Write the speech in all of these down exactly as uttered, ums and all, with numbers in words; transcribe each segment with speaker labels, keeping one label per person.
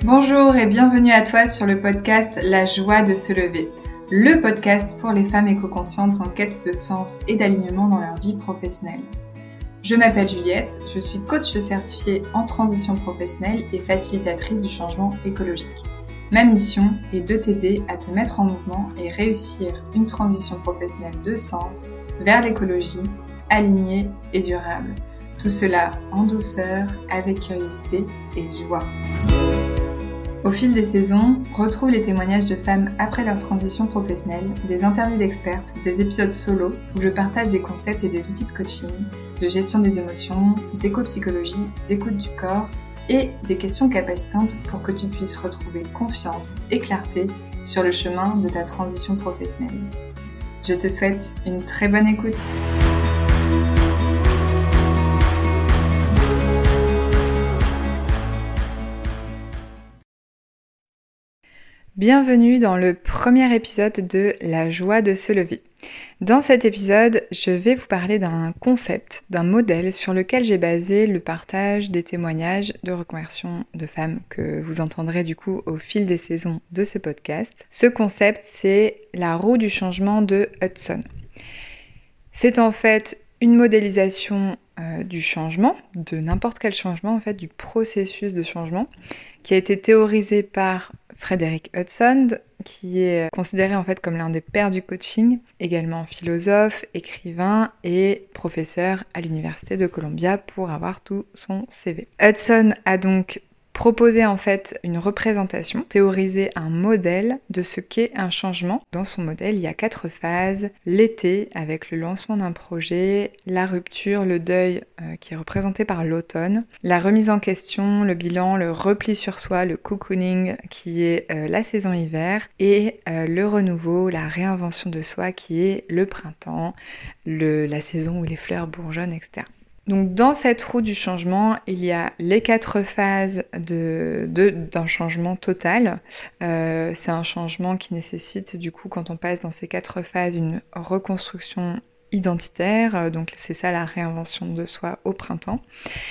Speaker 1: Bonjour et bienvenue à toi sur le podcast La joie de se lever, le podcast pour les femmes éco-conscientes en quête de sens et d'alignement dans leur vie professionnelle. Je m'appelle Juliette, je suis coach certifiée en transition professionnelle et facilitatrice du changement écologique. Ma mission est de t'aider à te mettre en mouvement et réussir une transition professionnelle de sens vers l'écologie, alignée et durable. Tout cela en douceur, avec curiosité et joie. Au fil des saisons, retrouve les témoignages de femmes après leur transition professionnelle, des interviews d'expertes, des épisodes solo où je partage des concepts et des outils de coaching, de gestion des émotions, d'éco-psychologie, d'écoute du corps et des questions capacitantes pour que tu puisses retrouver confiance et clarté sur le chemin de ta transition professionnelle. Je te souhaite une très bonne écoute. Bienvenue dans le premier épisode de La joie de se lever. Dans cet épisode, je vais vous parler d'un concept, d'un modèle sur lequel j'ai basé le partage des témoignages de reconversion de femmes que vous entendrez du coup au fil des saisons de ce podcast. Ce concept, c'est la roue du changement de Hudson. C'est en fait une modélisation euh, du changement, de n'importe quel changement, en fait, du processus de changement, qui a été théorisé par Frederick Hudson, qui est considéré en fait comme l'un des pères du coaching, également philosophe, écrivain et professeur à l'université de Columbia pour avoir tout son C V. Hudson a donc proposé en fait une représentation, théorisé un modèle de ce qu'est un changement. Dans son modèle, il y a quatre phases. L'été avec le lancement d'un projet, la rupture, le deuil euh, qui est représenté par l'automne, la remise en question, le bilan, le repli sur soi, le cocooning qui est euh, la saison hiver et euh, le renouveau, la réinvention de soi qui est le printemps, le, la saison où les fleurs bourgeonnent, et cetera. Donc dans cette roue du changement, il y a les quatre phases de, de, d'un changement total. Euh, c'est un changement qui nécessite du coup, quand on passe dans ces quatre phases, une reconstruction identitaire. Donc c'est ça la réinvention de soi au printemps.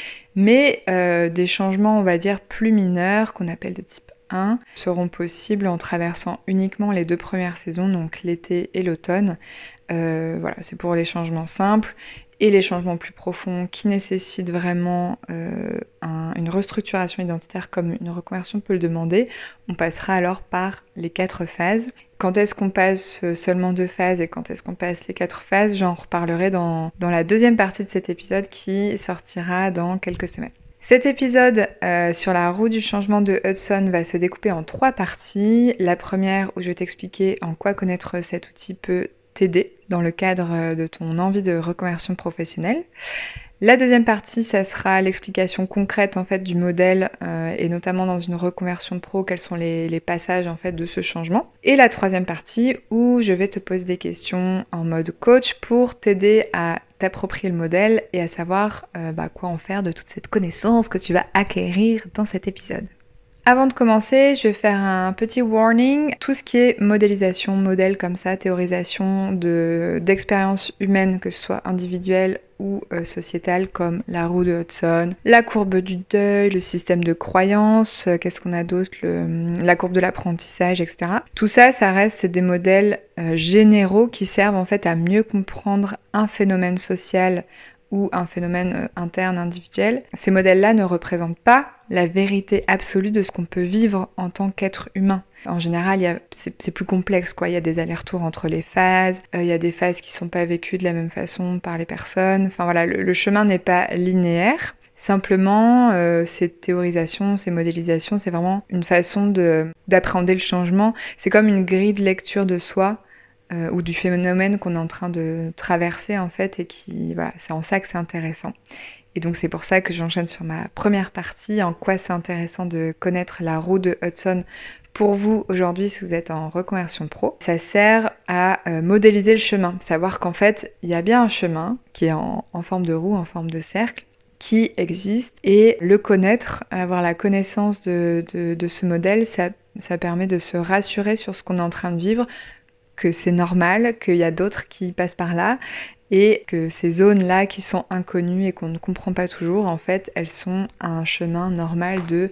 Speaker 1: Mais euh, des changements, on va dire, plus mineurs, qu'on appelle de type un, seront possibles en traversant uniquement les deux premières saisons, donc l'été et l'automne. Euh, voilà, c'est pour les changements simples. Et les changements plus profonds qui nécessitent vraiment euh, un, une restructuration identitaire comme une reconversion peut le demander, on passera alors par les quatre phases. Quand est-ce qu'on passe seulement deux phases et quand est-ce qu'on passe les quatre phases, j'en reparlerai dans, dans la deuxième partie de cet épisode qui sortira dans quelques semaines. Cet épisode euh, sur la roue du changement de Hudson va se découper en trois parties. La première où je vais t'expliquer en quoi connaître cet outil peut t'aider dans le cadre de ton envie de reconversion professionnelle. La deuxième partie, ça sera l'explication concrète en fait du modèle euh, et notamment dans une reconversion pro, quels sont les, les passages en fait de ce changement. Et la troisième partie où je vais te poser des questions en mode coach pour t'aider à t'approprier le modèle et à savoir euh, bah, quoi en faire de toute cette connaissance que tu vas acquérir dans cet épisode. Avant de commencer, je vais faire un petit warning. Tout ce qui est modélisation, modèle comme ça, théorisation de, d'expériences humaines, que ce soit individuelles ou euh, sociétales, comme la roue de Hudson, la courbe du deuil, le système de croyance, euh, qu'est-ce qu'on a d'autre, le, la courbe de l'apprentissage, et cetera. Tout ça, ça reste des modèles euh, généraux qui servent en fait à mieux comprendre un phénomène social ou un phénomène euh, interne individuel. Ces modèles-là ne représentent pas la vérité absolue de ce qu'on peut vivre en tant qu'être humain. En général, il y a, c'est, c'est plus complexe, quoi. Il y a des allers-retours entre les phases, euh, il y a des phases qui sont pas vécues de la même façon par les personnes. Enfin voilà, le, le chemin n'est pas linéaire. Simplement, euh, ces théorisations, ces modélisations, c'est vraiment une façon de, d'appréhender le changement. C'est comme une grille de lecture de soi, Euh, ou du phénomène qu'on est en train de traverser en fait et qui, voilà, c'est en ça que c'est intéressant. Et donc c'est pour ça que j'enchaîne sur ma première partie, en quoi c'est intéressant de connaître la roue de Hudson pour vous aujourd'hui si vous êtes en reconversion pro. Ça sert à euh, modéliser le chemin, savoir qu'en fait il y a bien un chemin qui est en, en forme de roue, en forme de cercle, qui existe et le connaître, avoir la connaissance de, de, de ce modèle, ça, ça permet de se rassurer sur ce qu'on est en train de vivre, que c'est normal, qu'il y a d'autres qui passent par là et que ces zones-là qui sont inconnues et qu'on ne comprend pas toujours, en fait, elles sont un chemin normal de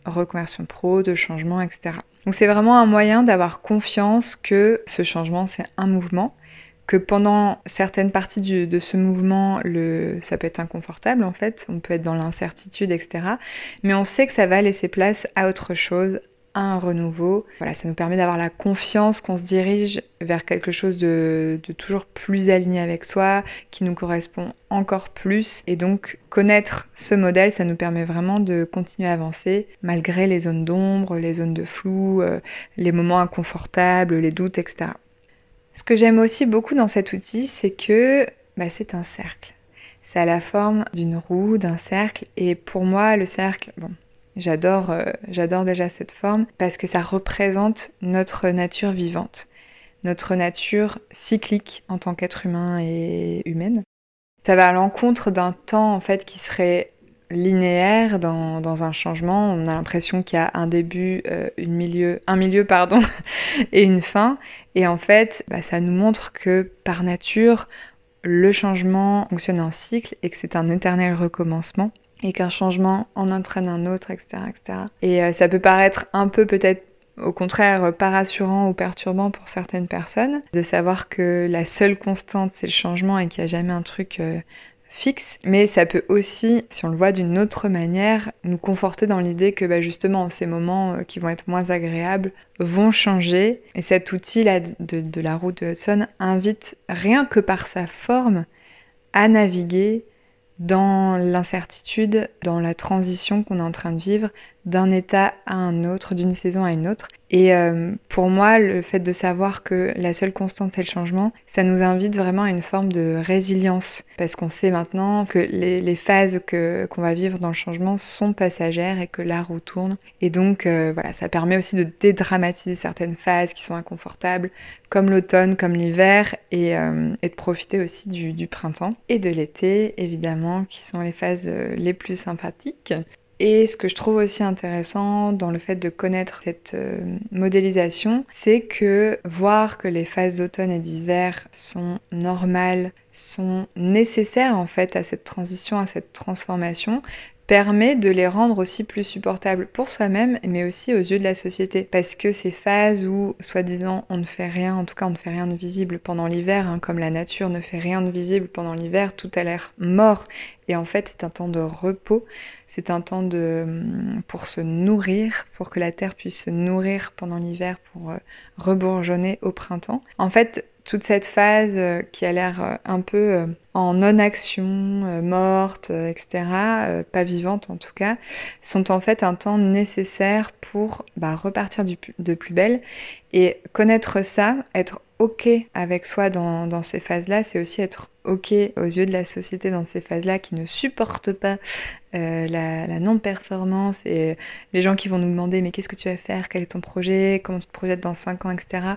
Speaker 1: reconversion pro, de changement, et cetera. Donc c'est vraiment un moyen d'avoir confiance que ce changement, c'est un mouvement, que pendant certaines parties du, de ce mouvement, le, ça peut être inconfortable en fait, on peut être dans l'incertitude, et cetera. Mais on sait que ça va laisser place à autre chose, à un renouveau. Voilà, ça nous permet d'avoir la confiance qu'on se dirige vers quelque chose de, de toujours plus aligné avec soi, qui nous correspond encore plus. Et donc, connaître ce modèle, ça nous permet vraiment de continuer à avancer, malgré les zones d'ombre, les zones de flou, euh, les moments inconfortables, les doutes, et cetera. Ce que j'aime aussi beaucoup dans cet outil, c'est que bah, c'est un cercle. Ça a la forme d'une roue, d'un cercle. Et pour moi, le cercle, bon, j'adore, euh, j'adore déjà cette forme parce que ça représente notre nature vivante, notre nature cyclique en tant qu'être humain et humaine. Ça va à l'encontre d'un temps en fait qui serait linéaire dans, dans un changement. On a l'impression qu'il y a un début, euh, une milieu, un milieu pardon, et une fin. Et en fait, bah, ça nous montre que par nature, le changement fonctionne en cycle et que c'est un éternel recommencement et qu'un changement en entraîne un autre, et cetera et cetera. Et euh, ça peut paraître un peu peut-être au contraire pas rassurant ou perturbant pour certaines personnes de savoir que la seule constante c'est le changement et qu'il n'y a jamais un truc euh, fixe, mais ça peut aussi, si on le voit d'une autre manière, nous conforter dans l'idée que bah, justement ces moments euh, qui vont être moins agréables vont changer. Et cet outil-là de, de la roue de Hudson invite, rien que par sa forme, à naviguer dans l'incertitude, dans la transition qu'on est en train de vivre d'un état à un autre, d'une saison à une autre. Et euh, pour moi, le fait de savoir que la seule constante c'est le changement, ça nous invite vraiment à une forme de résilience. Parce qu'on sait maintenant que les, les phases que, qu'on va vivre dans le changement sont passagères et que la roue tourne. Et donc euh, voilà, ça permet aussi de dédramatiser certaines phases qui sont inconfortables, comme l'automne, comme l'hiver, et, euh, et de profiter aussi du, du printemps et de l'été, évidemment, qui sont les phases euh, les plus sympathiques. Et ce que je trouve aussi intéressant dans le fait de connaître cette euh, modélisation, c'est que voir que les phases d'automne et d'hiver sont normales, sont nécessaires en fait à cette transition, à cette transformation, permet de les rendre aussi plus supportables pour soi-même, mais aussi aux yeux de la société. Parce que ces phases où, soi-disant, on ne fait rien, en tout cas on ne fait rien de visible pendant l'hiver, hein, comme la nature ne fait rien de visible pendant l'hiver, tout a l'air mort. Et en fait, c'est un temps de repos, c'est un temps de, pour se nourrir, pour que la terre puisse se nourrir pendant l'hiver, pour euh, rebourgeonner au printemps. En fait, toute cette phase euh, qui a l'air euh, un peu euh, en non-action, euh, morte, euh, et cetera, euh, pas vivante en tout cas, sont en fait un temps nécessaire pour bah, repartir du, de plus belle. Et connaître ça, être ok avec soi dans, dans ces phases-là, c'est aussi être ok aux yeux de la société dans ces phases-là qui ne supportent pas euh, la, la non-performance et les gens qui vont nous demander mais qu'est-ce que tu vas faire, quel est ton projet, comment tu te projettes dans cinq ans, et cetera.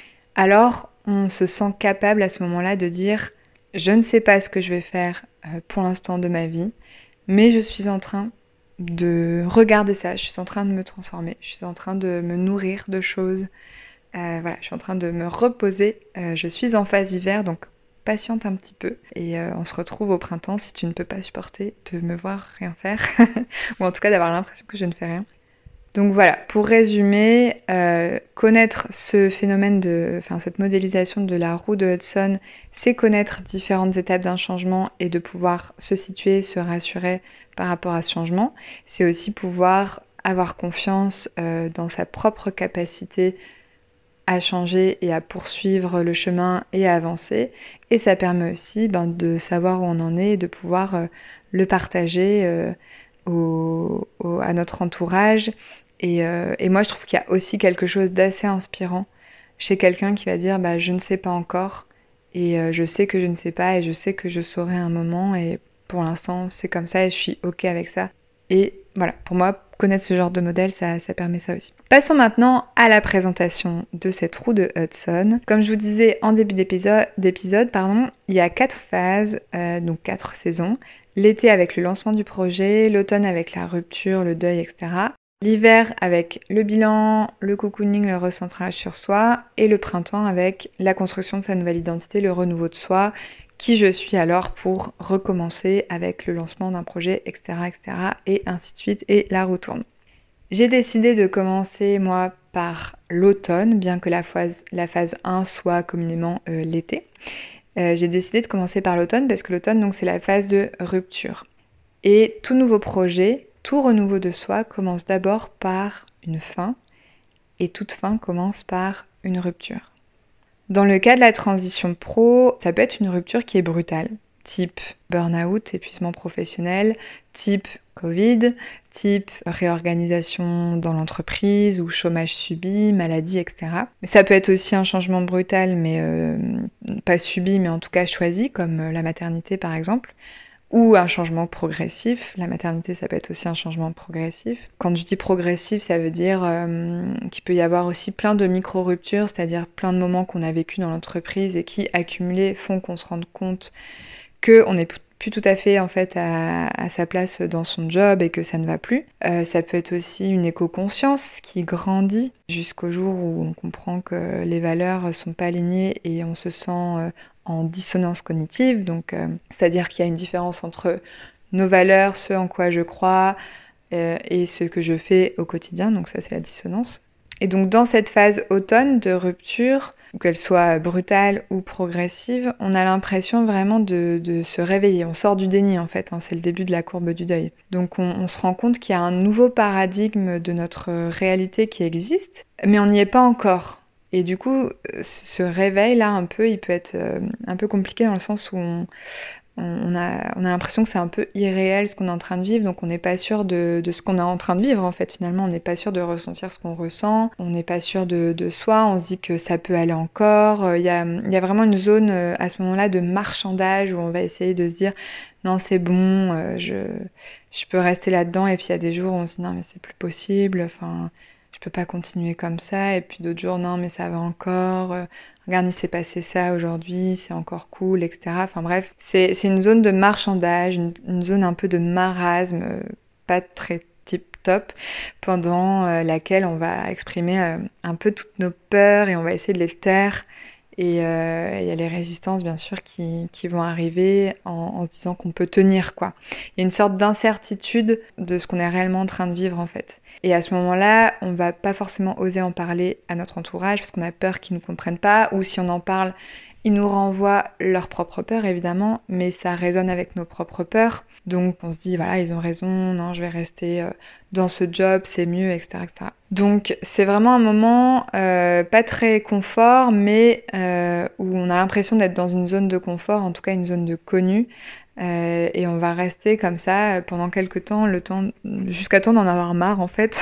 Speaker 1: Alors, on se sent capable à ce moment-là de dire « Je ne sais pas ce que je vais faire euh, pour l'instant de ma vie, mais je suis en train de regarder ça, je suis en train de me transformer, je suis en train de me nourrir de choses, euh, voilà, je suis en train de me reposer, euh, je suis en phase hiver, donc patiente un petit peu et euh, on se retrouve au printemps si tu ne peux pas supporter de me voir rien faire, ou en tout cas d'avoir l'impression que je ne fais rien. » Donc voilà, pour résumer, euh, connaître ce phénomène de, enfin cette modélisation de la roue de Hudson, c'est connaître différentes étapes d'un changement et de pouvoir se situer, se rassurer par rapport à ce changement. C'est aussi pouvoir avoir confiance euh, dans sa propre capacité à changer et à poursuivre le chemin et à avancer. Et ça permet aussi ben, de savoir où on en est et de pouvoir euh, le partager euh, au, au, à notre entourage. Et, euh, et moi, je trouve qu'il y a aussi quelque chose d'assez inspirant chez quelqu'un qui va dire bah, « je ne sais pas encore et euh, je sais que je ne sais pas et je sais que je saurai un moment et pour l'instant, c'est comme ça et je suis ok avec ça. » Et voilà, pour moi, connaître ce genre de modèle, ça, ça permet ça aussi. Passons maintenant à la présentation de cette roue de Hudson. Comme je vous disais en début d'épisode, d'épisode pardon, il y a quatre phases, euh, donc quatre saisons. L'été avec le lancement du projet, l'automne avec la rupture, le deuil, et cetera. L'hiver avec le bilan, le cocooning, le recentrage sur soi, et le printemps avec la construction de sa nouvelle identité, le renouveau de soi, qui je suis alors pour recommencer avec le lancement d'un projet, et cetera, et cetera, et ainsi de suite, et la roue tourne. J'ai décidé de commencer, moi, par l'automne, bien que la phase, la phase un soit communément euh, l'été. Euh, j'ai décidé de commencer par l'automne parce que l'automne, donc, c'est la phase de rupture. Et tout nouveau projet, tout renouveau de soi commence d'abord par une fin, et toute fin commence par une rupture. Dans le cas de la transition pro, ça peut être une rupture qui est brutale, type burn-out, épuisement professionnel, type Covid, type réorganisation dans l'entreprise ou chômage subi, maladie, et cetera. Ça peut être aussi un changement brutal, mais euh, pas subi, mais en tout cas choisi, comme la maternité par exemple. Ou un changement progressif. La maternité, ça peut être aussi un changement progressif. Quand je dis progressif, ça veut dire euh, qu'il peut y avoir aussi plein de micro-ruptures, c'est-à-dire plein de moments qu'on a vécu dans l'entreprise et qui, accumulés, font qu'on se rende compte qu'on n'est plus tout à fait en fait à, à sa place dans son job et que ça ne va plus. Euh, ça peut être aussi une éco-conscience qui grandit jusqu'au jour où on comprend que les valeurs ne sont pas alignées et on se sent euh, en dissonance cognitive. Donc, euh, c'est-à-dire qu'il y a une différence entre nos valeurs, ce en quoi je crois euh, et ce que je fais au quotidien. Donc ça, c'est la dissonance. Et donc dans cette phase automne de rupture, qu'elle soit brutale ou progressive, on a l'impression vraiment de, de se réveiller. On sort du déni en fait, hein, c'est le début de la courbe du deuil. Donc on, on se rend compte qu'il y a un nouveau paradigme de notre réalité qui existe, mais on n'y est pas encore. Et du coup, ce réveil là un peu, il peut être euh, un peu compliqué dans le sens où on, on a, on a l'impression que c'est un peu irréel ce qu'on est en train de vivre, donc on n'est pas sûr de, de ce qu'on est en train de vivre en fait. Finalement, on n'est pas sûr de ressentir ce qu'on ressent, on n'est pas sûr de, de soi, on se dit que ça peut aller encore. Il y a, il y a vraiment une zone à ce moment-là de marchandage où on va essayer de se dire non c'est bon, euh, je, je peux rester là-dedans, et puis il y a des jours où on se dit non mais c'est plus possible, enfin je peux pas continuer comme ça, et puis d'autres jours non mais ça va encore, euh, regarde il s'est passé ça aujourd'hui, c'est encore cool, et cetera. Enfin bref, c'est, c'est une zone de marchandage, une, une zone un peu de marasme, euh, pas très tip-top, pendant euh, laquelle on va exprimer euh, un peu toutes nos peurs et on va essayer de les taire. Et il euh, y a les résistances, bien sûr, qui, qui vont arriver en, en se disant qu'on peut tenir, quoi. Il y a une sorte d'incertitude de ce qu'on est réellement en train de vivre, en fait. Et à ce moment-là, on va pas forcément oser en parler à notre entourage parce qu'on a peur qu'ils ne nous comprennent pas, ou si on en parle, ils nous renvoient leurs propres peurs, évidemment, mais ça résonne avec nos propres peurs. Donc on se dit, voilà, ils ont raison, non, je vais rester euh, dans ce job, c'est mieux, et cetera, et cetera. Donc c'est vraiment un moment euh, pas très confort, mais euh, où on a l'impression d'être dans une zone de confort, en tout cas une zone de connu. Euh, et on va rester comme ça pendant quelques temps, le temps jusqu'à temps d'en avoir marre en fait,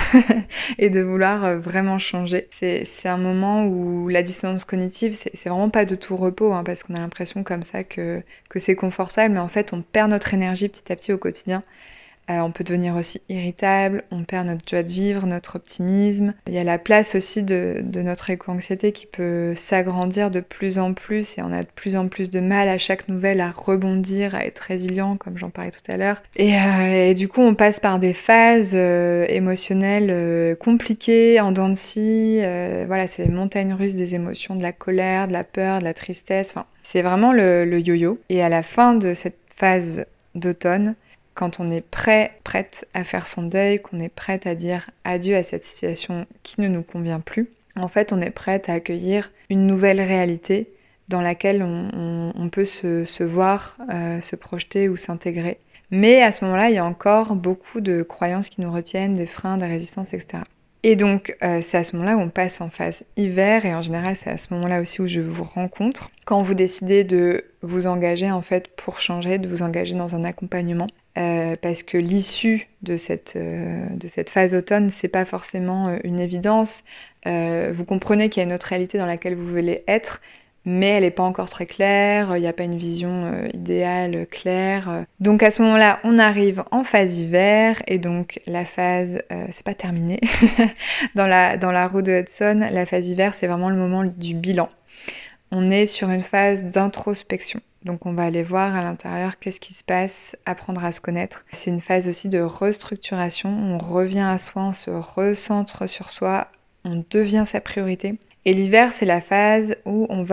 Speaker 1: et de vouloir euh, vraiment changer. C'est, c'est un moment où la dissonance cognitive, c'est, c'est vraiment pas de tout repos, hein, parce qu'on a l'impression comme ça que, que c'est confortable, mais en fait on perd notre énergie petit à petit au quotidien. Euh, on peut devenir aussi irritable, on perd notre joie de vivre, notre optimisme. Il y a la place aussi de, de notre éco-anxiété qui peut s'agrandir de plus en plus, et on a de plus en plus de mal à chaque nouvelle à rebondir, à être résilient, comme j'en parlais tout à l'heure. Et, euh, et du coup, on passe par des phases euh, émotionnelles euh, compliquées, en dents de scie. Euh, voilà, c'est les montagnes russes des émotions, de la colère, de la peur, de la tristesse. Enfin, c'est vraiment le, le yo-yo. Et à la fin de cette phase d'automne, quand on est prêt, prête à faire son deuil, qu'on est prête à dire adieu à cette situation qui ne nous convient plus, en fait, on est prête à accueillir une nouvelle réalité dans laquelle on, on, on peut se, se voir, euh, se projeter ou s'intégrer. Mais à ce moment-là, il y a encore beaucoup de croyances qui nous retiennent, des freins, des résistances, et cetera. Et donc, euh, c'est à ce moment-là où on passe en phase hiver, et en général, c'est à ce moment-là aussi où je vous rencontre. Quand vous décidez de vous engager, en fait, pour changer, de vous engager dans un accompagnement, euh, parce que l'issue de cette, euh, de cette phase automne, c'est pas forcément une évidence. Euh, vous comprenez qu'il y a une autre réalité dans laquelle vous voulez être, mais elle n'est pas encore très claire, il n'y a pas une vision euh, idéale, claire. Donc à ce moment-là, on arrive en phase hiver, et donc la phase, euh, c'est pas terminé. dans, la, dans la roue de Hudson, la phase hiver, c'est vraiment le moment du bilan. On est sur une phase d'introspection. Donc on va aller voir à l'intérieur qu'est-ce qui se passe, apprendre à se connaître. C'est une phase aussi de restructuration, on revient à soi, on se recentre sur soi, on devient sa priorité. Et l'hiver, c'est la phase où on va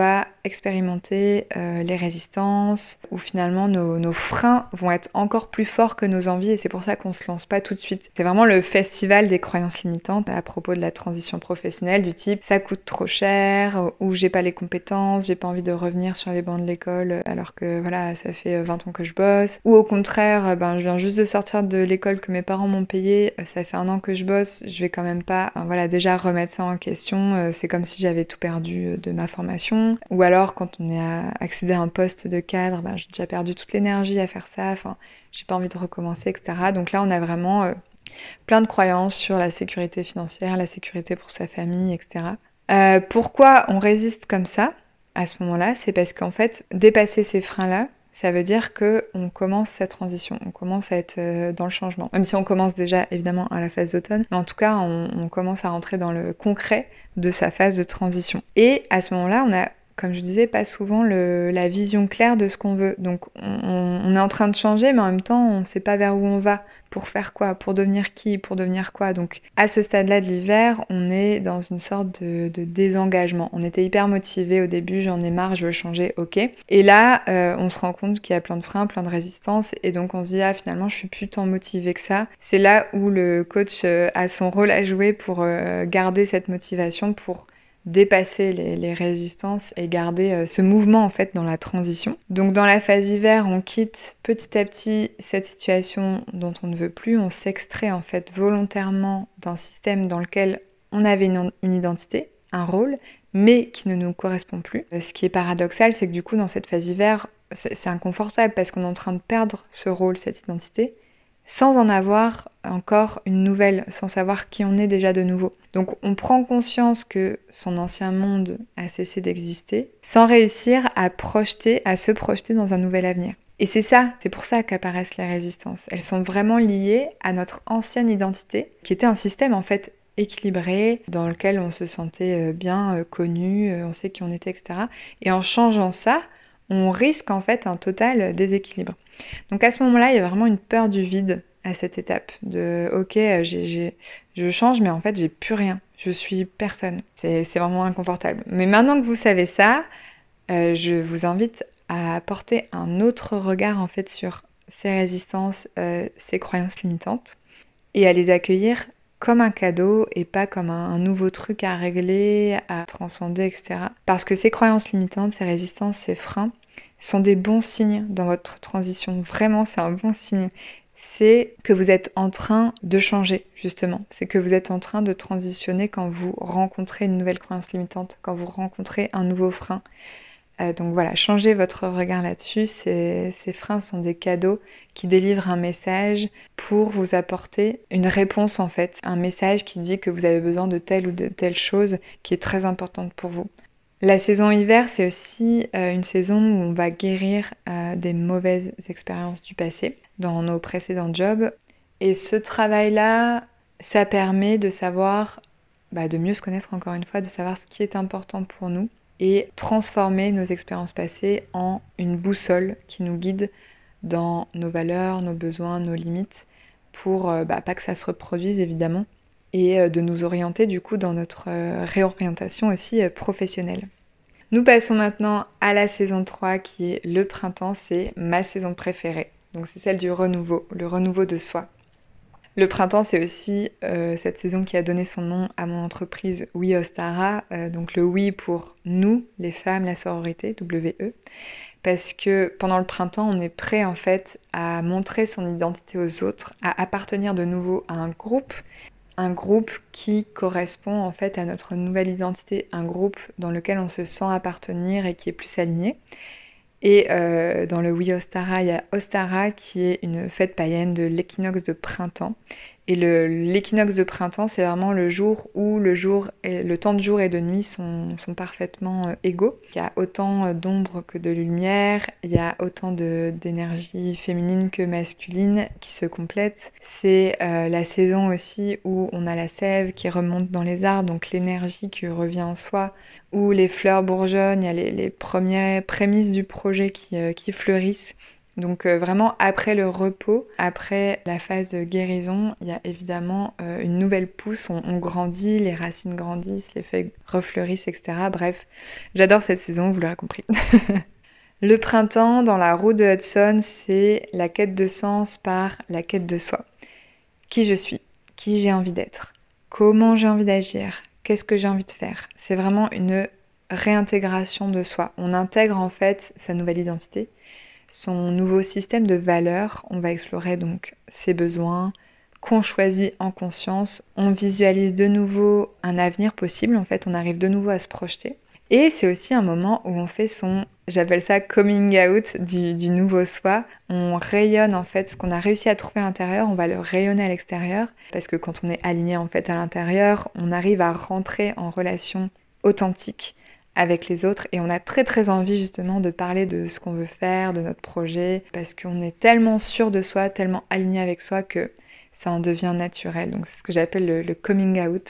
Speaker 1: expérimenter euh, les résistances, où finalement nos, nos freins vont être encore plus forts que nos envies, et c'est pour ça qu'on se lance pas tout de suite. C'est vraiment le festival des croyances limitantes à propos de la transition professionnelle, du type ça coûte trop cher, ou j'ai pas les compétences, j'ai pas envie de revenir sur les bancs de l'école alors que voilà, ça fait vingt ans que je bosse, ou au contraire, ben je viens juste de sortir de l'école que mes parents m'ont payée, ça fait un an que je bosse, je vais quand même pas, ben, voilà, déjà remettre ça en question, c'est comme si j'avais tout perdu de ma formation, ou alors quand on est à accéder à un poste de cadre, ben, j'ai déjà perdu toute l'énergie à faire ça, enfin j'ai pas envie de recommencer, et cetera. Donc là on a vraiment euh, plein de croyances sur la sécurité financière, la sécurité pour sa famille, et cetera. Euh, pourquoi on résiste comme ça à ce moment-là? C'est parce qu'en fait, dépasser ces freins-là, ça veut dire qu'on commence sa transition, on commence à être euh, dans le changement. Même si on commence déjà évidemment à la phase d'automne, mais en tout cas, on, on commence à rentrer dans le concret de sa phase de transition. Et à ce moment-là, on a, comme je disais, pas souvent le, la vision claire de ce qu'on veut. Donc on, on est en train de changer, mais en même temps, on ne sait pas vers où on va. Pour faire quoi? Pour devenir qui? Pour devenir quoi? Donc à ce stade-là de l'hiver, on est dans une sorte de, de désengagement. On était hyper motivés au début, j'en ai marre, je veux changer, ok. Et là, euh, on se rend compte qu'il y a plein de freins, plein de résistances, et donc on se dit, ah finalement, je suis plus tant motivée que ça. C'est là où le coach euh, a son rôle à jouer pour euh, garder cette motivation, pour dépasser les, les résistances et garder euh, ce mouvement en fait dans la transition. Donc dans la phase hiver, on quitte petit à petit cette situation dont on ne veut plus, on s'extrait en fait volontairement d'un système dans lequel on avait une, une identité, un rôle, mais qui ne nous correspond plus. Ce qui est paradoxal, c'est que du coup dans cette phase hiver, c'est, c'est inconfortable parce qu'on est en train de perdre ce rôle, cette identité, sans en avoir encore une nouvelle, sans savoir qui on est déjà de nouveau. Donc on prend conscience que son ancien monde a cessé d'exister, sans réussir à projeter, à se projeter dans un nouvel avenir. Et c'est ça, c'est pour ça qu'apparaissent les résistances. Elles sont vraiment liées à notre ancienne identité, qui était un système en fait équilibré, dans lequel on se sentait bien connu, on sait qui on était, et cetera. Et en changeant ça, on risque en fait un total déséquilibre. Donc à ce moment-là, il y a vraiment une peur du vide à cette étape, de ok, j'ai, j'ai, je change, mais en fait j'ai plus rien, je suis personne. C'est, c'est vraiment inconfortable. Mais maintenant que vous savez ça, euh, je vous invite à porter un autre regard en fait sur ces résistances, euh, ces croyances limitantes, et à les accueillir comme un cadeau et pas comme un, un nouveau truc à régler, à transcender, et cetera. Parce que ces croyances limitantes, ces résistances, ces freins sont des bons signes dans votre transition. Vraiment, c'est un bon signe. C'est que vous êtes en train de changer, justement. C'est que vous êtes en train de transitionner quand vous rencontrez une nouvelle croyance limitante, quand vous rencontrez un nouveau frein. Euh, donc voilà, changez votre regard là-dessus. Ces, ces freins sont des cadeaux qui délivrent un message pour vous apporter une réponse en fait. Un message qui dit que vous avez besoin de telle ou de telle chose qui est très importante pour vous. La saison hiver, c'est aussi euh, une saison où on va guérir euh, des mauvaises expériences du passé dans nos précédents jobs. Et ce travail-là, ça permet de savoir, bah, de mieux se connaître encore une fois, de savoir ce qui est important pour nous et transformer nos expériences passées en une boussole qui nous guide dans nos valeurs, nos besoins, nos limites, pour euh, bah, pas que ça se reproduise évidemment, et euh, de nous orienter du coup dans notre euh, réorientation aussi euh, professionnelle. Nous passons maintenant à la saison trois qui est le printemps, c'est ma saison préférée. Donc c'est celle du renouveau, le renouveau de soi. Le printemps, c'est aussi euh, cette saison qui a donné son nom à mon entreprise Oui Ostara, euh, donc le oui pour nous, les femmes, la sororité, W E, parce que pendant le printemps, on est prêt en fait à montrer son identité aux autres, à appartenir de nouveau à un groupe, un groupe qui correspond en fait à notre nouvelle identité, un groupe dans lequel on se sent appartenir et qui est plus aligné. Et euh, dans le Oui Ostara, il y a Ostara qui est une fête païenne de l'équinoxe de printemps. Et le, l'équinoxe de printemps, c'est vraiment le jour où le, jour et, le temps de jour et de nuit sont, sont parfaitement euh, égaux. Il y a autant d'ombre que de lumière, il y a autant de, d'énergie féminine que masculine qui se complètent. C'est euh, la saison aussi où on a la sève qui remonte dans les arbres, donc l'énergie qui revient en soi, où les fleurs bourgeonnent, il y a les, les premières prémices du projet qui, euh, qui fleurissent. Donc euh, vraiment après le repos, après la phase de guérison, il y a évidemment euh, une nouvelle pousse, on, on grandit, les racines grandissent, les feuilles refleurissent, et cetera. Bref, j'adore cette saison, vous l'aurez compris. Le printemps, dans la roue de Hudson, c'est la quête de sens par la quête de soi. Qui je suis, qui j'ai envie d'être, comment j'ai envie d'agir, qu'est-ce que j'ai envie de faire. C'est vraiment une réintégration de soi. On intègre en fait sa nouvelle identité, son nouveau système de valeurs. On va explorer donc ses besoins qu'on choisit en conscience. On visualise de nouveau un avenir possible. En fait, on arrive de nouveau à se projeter. Et c'est aussi un moment où on fait son, j'appelle ça coming out du, du nouveau soi. On rayonne en fait ce qu'on a réussi à trouver à l'intérieur, on va le rayonner à l'extérieur. Parce que quand on est aligné en fait à l'intérieur, on arrive à rentrer en relation authentique avec les autres et on a très très envie justement de parler de ce qu'on veut faire, de notre projet, parce qu'on est tellement sûr de soi, tellement aligné avec soi que ça en devient naturel. Donc c'est ce que j'appelle le, le coming out.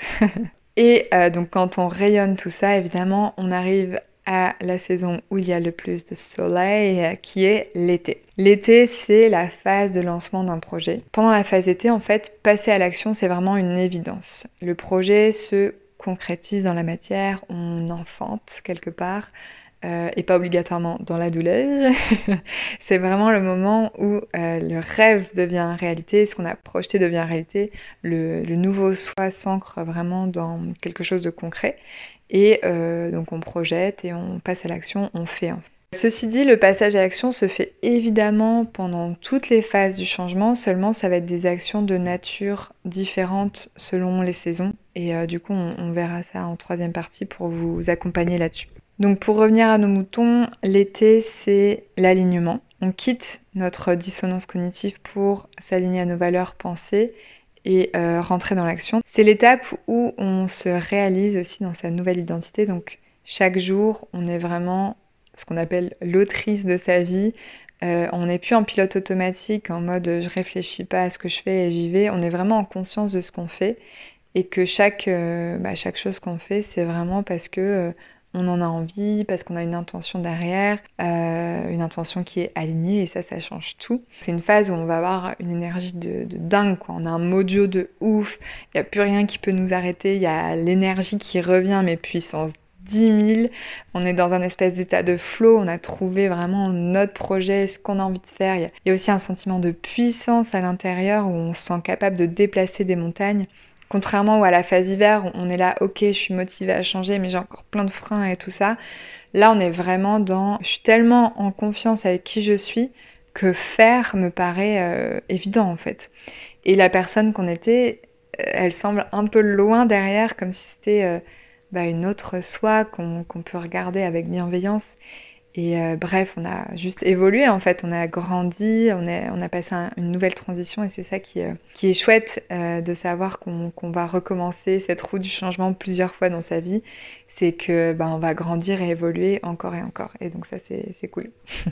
Speaker 1: Et euh, donc quand on rayonne tout ça, évidemment, on arrive à la saison où il y a le plus de soleil, euh, qui est l'été. L'été, c'est la phase de lancement d'un projet. Pendant la phase été, en fait, passer à l'action, c'est vraiment une évidence. Le projet se concrétise dans la matière, on enfante quelque part, euh, et pas obligatoirement dans la douleur. C'est vraiment le moment où euh, le rêve devient réalité, ce qu'on a projeté devient réalité, le, le nouveau soi s'ancre vraiment dans quelque chose de concret, et euh, donc on projette et on passe à l'action, on fait. En fait. Ceci dit, le passage à l'action se fait évidemment pendant toutes les phases du changement, seulement ça va être des actions de nature différentes selon les saisons, et euh, du coup on, on verra ça en troisième partie pour vous accompagner là-dessus. Donc pour revenir à nos moutons, l'été c'est l'alignement. On quitte notre dissonance cognitive pour s'aligner à nos valeurs pensées et euh, rentrer dans l'action. C'est l'étape où on se réalise aussi dans sa nouvelle identité. Donc chaque jour, on est vraiment ce qu'on appelle l'autrice de sa vie. Euh, on n'est plus en pilote automatique, en mode je réfléchis pas à ce que je fais et j'y vais. On est vraiment en conscience de ce qu'on fait et que chaque, euh, bah, chaque chose qu'on fait, c'est vraiment parce que euh, on en a envie, parce qu'on a une intention derrière, euh, une intention qui est alignée, et ça, ça change tout. C'est une phase où on va avoir une énergie de, de dingue, quoi. On a un mojo de ouf, il n'y a plus rien qui peut nous arrêter, il y a l'énergie qui revient, mais puissance dix mille. On est dans un espèce d'état de flow, on a trouvé vraiment notre projet, ce qu'on a envie de faire. Il y a, il y a aussi un sentiment de puissance à l'intérieur où on se sent capable de déplacer des montagnes. Contrairement à la phase hiver, on est là, ok, je suis motivée à changer, mais j'ai encore plein de freins et tout ça. Là, on est vraiment dans, je suis tellement en confiance avec qui je suis que faire me paraît euh, évident en fait. Et la personne qu'on était, euh, elle semble un peu loin derrière, comme si c'était euh, bah, une autre soi qu'on, qu'on peut regarder avec bienveillance. Et euh, bref, on a juste évolué en fait, on a grandi, on, est, on a passé un, une nouvelle transition et c'est ça qui, euh, qui est chouette euh, de savoir qu'on, qu'on va recommencer cette roue du changement plusieurs fois dans sa vie. C'est que bah, on va grandir et évoluer encore et encore. Et donc ça, c'est, c'est cool.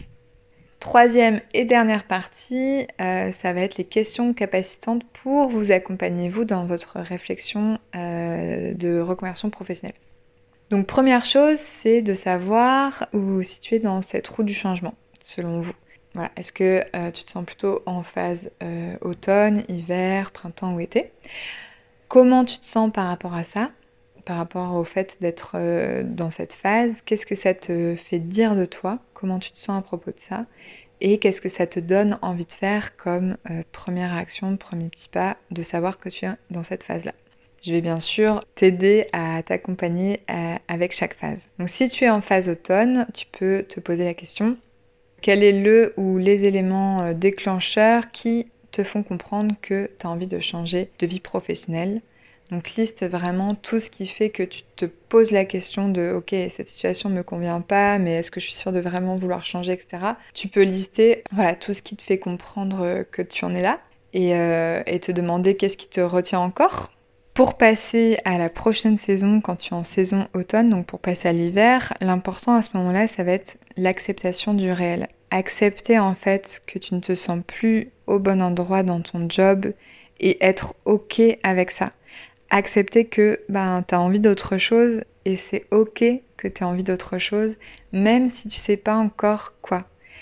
Speaker 1: Troisième et dernière partie, euh, ça va être les questions capacitantes pour vous accompagner, vous, dans votre réflexion euh, de reconversion professionnelle. Donc première chose, c'est de savoir où vous vous situez dans cette roue du changement, selon vous. Voilà. Est-ce que euh, tu te sens plutôt en phase euh, automne, hiver, printemps ou été ? Comment tu te sens par rapport à ça ? Par rapport au fait d'être euh, dans cette phase ? Qu'est-ce que ça te fait dire de toi ? Comment tu te sens à propos de ça ? Et qu'est-ce que ça te donne envie de faire comme euh, première action, premier petit pas, de savoir que tu es dans cette phase-là ? Je vais bien sûr t'aider à t'accompagner à, avec chaque phase. Donc si tu es en phase automne, tu peux te poser la question, quel est le ou les éléments déclencheurs qui te font comprendre que tu as envie de changer de vie professionnelle ? Donc liste vraiment tout ce qui fait que tu te poses la question de « Ok, cette situation ne me convient pas, mais est-ce que je suis sûre de vraiment vouloir changer, et cetera » Tu peux lister voilà, tout ce qui te fait comprendre que tu en es là et, euh, et te demander qu'est-ce qui te retient encore. Pour passer à la prochaine saison, quand tu es en saison automne, donc pour passer à l'hiver, l'important à ce moment-là, ça va être l'acceptation du réel. Accepter en fait que tu ne te sens plus au bon endroit dans ton job et être ok avec ça. Accepter que ben, tu as envie d'autre chose et c'est ok que tu aies envie d'autre chose, même si tu sais pas encore quoi.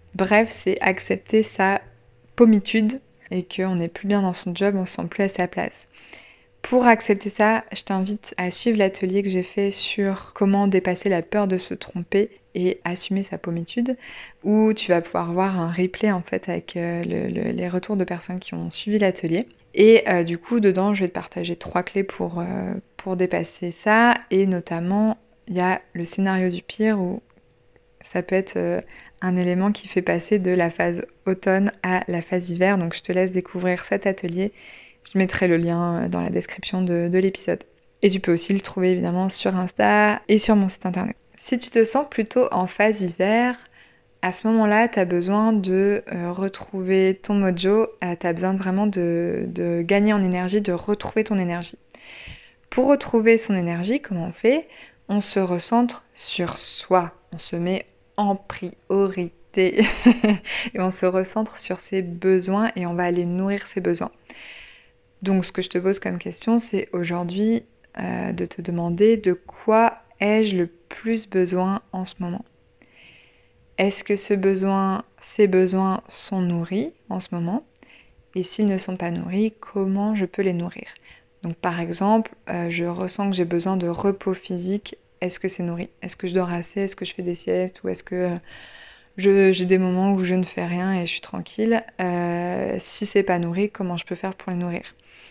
Speaker 1: Bref, c'est accepter sa pommitude et qu'on n'est plus bien dans son job, on ne se sent plus à sa place. Pour accepter ça, je t'invite à suivre l'atelier que j'ai fait sur comment dépasser la peur de se tromper et assumer sa pommitude, où tu vas pouvoir voir un replay en fait avec euh, le, le, les retours de personnes qui ont suivi l'atelier. Et euh, du coup, dedans, je vais te partager trois clés pour, euh, pour dépasser ça. Et notamment, il y a le scénario du pire où ça peut être euh, un élément qui fait passer de la phase automne à la phase hiver. Donc, je te laisse découvrir cet atelier. Je mettrai le lien dans la description de, de l'épisode. Et tu peux aussi le trouver évidemment sur Insta et sur mon site internet. Si tu te sens plutôt en phase hiver, à ce moment-là, tu as besoin de euh, retrouver ton mojo, euh, tu as besoin vraiment de, de gagner en énergie, de retrouver ton énergie. Pour retrouver son énergie, comment on fait ? On se recentre sur soi, on se met en priorité et on se recentre sur ses besoins et on va aller nourrir ses besoins. Donc ce que je te pose comme question, c'est aujourd'hui euh, de te demander de quoi ai-je le plus besoin en ce moment ? Est-ce que ce besoin, ces besoins sont nourris en ce moment ? Et s'ils ne sont pas nourris, comment je peux les nourrir ? Donc par exemple, euh, je ressens que j'ai besoin de repos physique. Est-ce que c'est nourri ? Est-ce que je dors assez ? Est-ce que je fais des siestes ? Ou est-ce que euh, je, j'ai des moments où je ne fais rien et je suis tranquille ? euh, Si c'est pas nourri, comment je peux faire pour les nourrir ?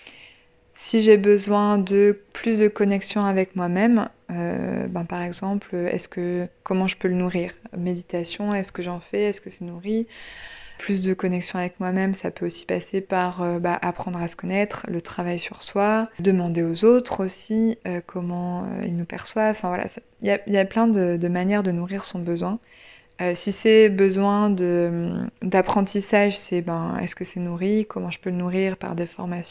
Speaker 1: Si j'ai besoin de plus de connexion avec moi-même, euh, ben par exemple, est-ce que comment je peux le nourrir ? Méditation, est-ce que j'en fais ? Est-ce que c'est nourri ? Plus de connexion avec moi-même, ça peut aussi passer par euh, bah, apprendre à se connaître, le travail sur soi, demander aux autres aussi euh, comment euh, ils nous perçoivent. Enfin voilà, il y a, y a plein de, de manières de nourrir son besoin. Euh, si c'est besoin de, d'apprentissage, c'est ben, est-ce que c'est nourri ? Comment je peux le nourrir par des formations ?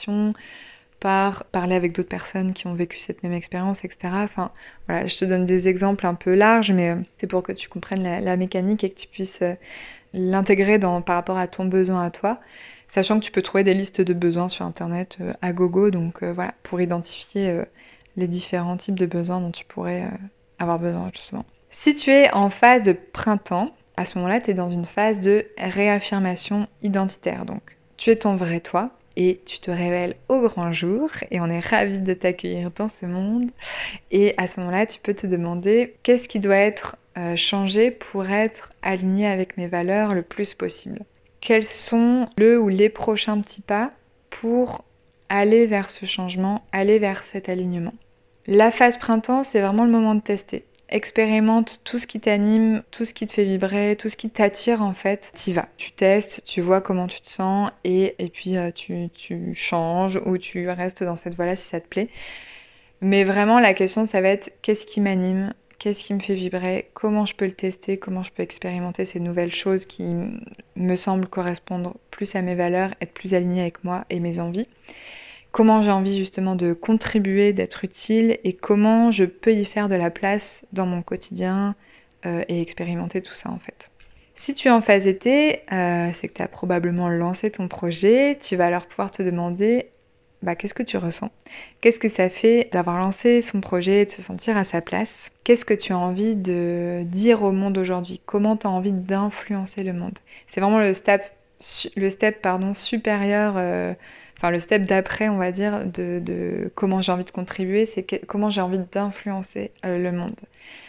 Speaker 1: Par parler avec d'autres personnes qui ont vécu cette même expérience, et cetera. Enfin, voilà, je te donne des exemples un peu larges, mais euh, c'est pour que tu comprennes la, la mécanique et que tu puisses euh, l'intégrer dans, par rapport à ton besoin à toi, sachant que tu peux trouver des listes de besoins sur Internet euh, à gogo, donc euh, voilà, pour identifier euh, les différents types de besoins dont tu pourrais euh, avoir besoin, justement. Si tu es en phase de printemps, à ce moment-là, tu es dans une phase de réaffirmation identitaire, donc tu es ton vrai toi, et tu te révèles au grand jour et on est ravis de t'accueillir dans ce monde. Et à ce moment-là, tu peux te demander qu'est-ce qui doit être euh, changé pour être aligné avec mes valeurs le plus possible. Quels sont le ou les prochains petits pas pour aller vers ce changement, aller vers cet alignement. La phase printemps, c'est vraiment le moment de tester. Expérimente tout ce qui t'anime, tout ce qui te fait vibrer, tout ce qui t'attire en fait, t'y vas. Tu testes, tu vois comment tu te sens et, et puis euh, tu, tu changes ou tu restes dans cette voie-là si ça te plaît. Mais vraiment la question ça va être qu'est-ce qui m'anime, qu'est-ce qui me fait vibrer, comment je peux le tester, comment je peux expérimenter ces nouvelles choses qui me semblent correspondre plus à mes valeurs, être plus alignées avec moi et mes envies. Comment j'ai envie justement de contribuer, d'être utile et comment je peux y faire de la place dans mon quotidien euh, et expérimenter tout ça en fait. Si tu es en phase été, euh, c'est que tu as probablement lancé ton projet, tu vas alors pouvoir te demander bah, qu'est-ce que tu ressens ? Qu'est-ce que ça fait d'avoir lancé son projet et de se sentir à sa place ? Qu'est-ce que tu as envie de dire au monde aujourd'hui ? Comment tu as envie d'influencer le monde ? C'est vraiment le step, le step pardon, supérieur... Euh, Enfin, le step d'après, on va dire, de, de comment j'ai envie de contribuer, c'est que, comment j'ai envie d'influencer euh, le monde.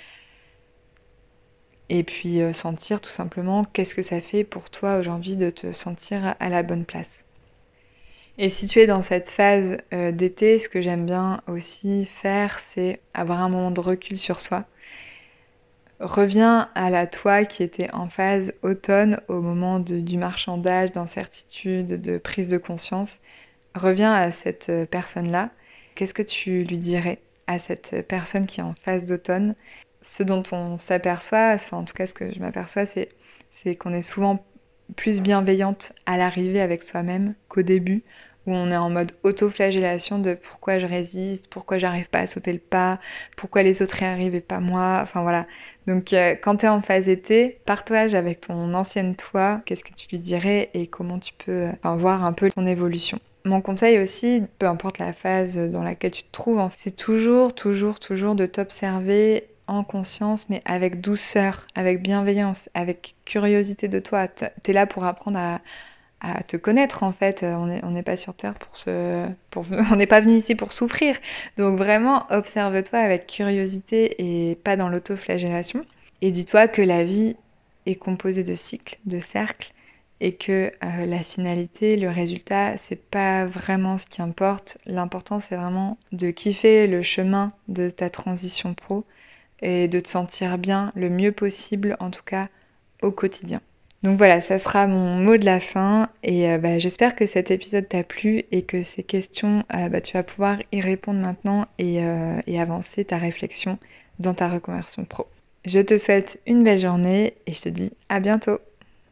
Speaker 1: Et puis euh, sentir tout simplement qu'est-ce que ça fait pour toi aujourd'hui de te sentir à la bonne place. Et si tu es dans cette phase euh, d'été, ce que j'aime bien aussi faire, c'est avoir un moment de recul sur soi. Reviens à la toi qui était en phase automne au moment de, du marchandage, d'incertitude, de prise de conscience. Reviens à cette personne-là. Qu'est-ce que tu lui dirais à cette personne qui est en phase d'automne ? Ce dont on s'aperçoit, enfin en tout cas ce que je m'aperçois, c'est, c'est qu'on est souvent plus bienveillante à l'arrivée avec soi-même qu'au début, où on est en mode auto-flagellation de pourquoi je résiste, pourquoi j'arrive pas à sauter le pas, pourquoi les autres y arrivent et pas moi, enfin voilà. Donc euh, quand tu es en phase été, partage avec ton ancienne toi, qu'est-ce que tu lui dirais et comment tu peux enfin, voir un peu ton évolution. Mon conseil aussi, peu importe la phase dans laquelle tu te trouves, c'est toujours, toujours, toujours de t'observer en conscience, mais avec douceur, avec bienveillance, avec curiosité de toi. T'es là pour apprendre à, à te connaître en fait. On n'est on n'est pas sur Terre pour se... Pour, on n'est pas venu ici pour souffrir. Donc vraiment, observe-toi avec curiosité et pas dans l'autoflagellation. Et dis-toi que la vie est composée de cycles, de cercles, et que euh, la finalité, le résultat, c'est pas vraiment ce qui importe. L'important, c'est vraiment de kiffer le chemin de ta transition pro et de te sentir bien le mieux possible, en tout cas au quotidien. Donc voilà, ça sera mon mot de la fin et euh, bah, j'espère que cet épisode t'a plu et que ces questions, euh, bah, tu vas pouvoir y répondre maintenant et, euh, et avancer ta réflexion dans ta reconversion pro. Je te souhaite une belle journée et je te dis à bientôt.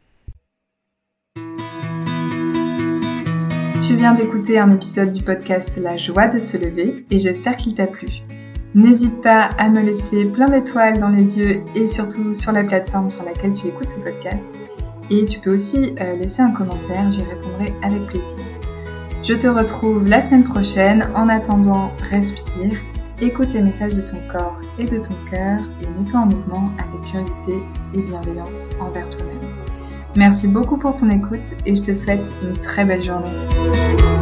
Speaker 1: Tu viens d'écouter un épisode du podcast La joie de se lever et j'espère qu'il t'a plu. N'hésite pas à me laisser plein d'étoiles dans les yeux et surtout sur la plateforme sur laquelle tu écoutes ce podcast. Et tu peux aussi euh, laisser un commentaire, j'y répondrai avec plaisir. Je te retrouve la semaine prochaine. En attendant, respire, écoute les messages de ton corps et de ton cœur et mets-toi en mouvement avec curiosité et bienveillance envers toi-même. Merci beaucoup pour ton écoute et je te souhaite une très belle journée.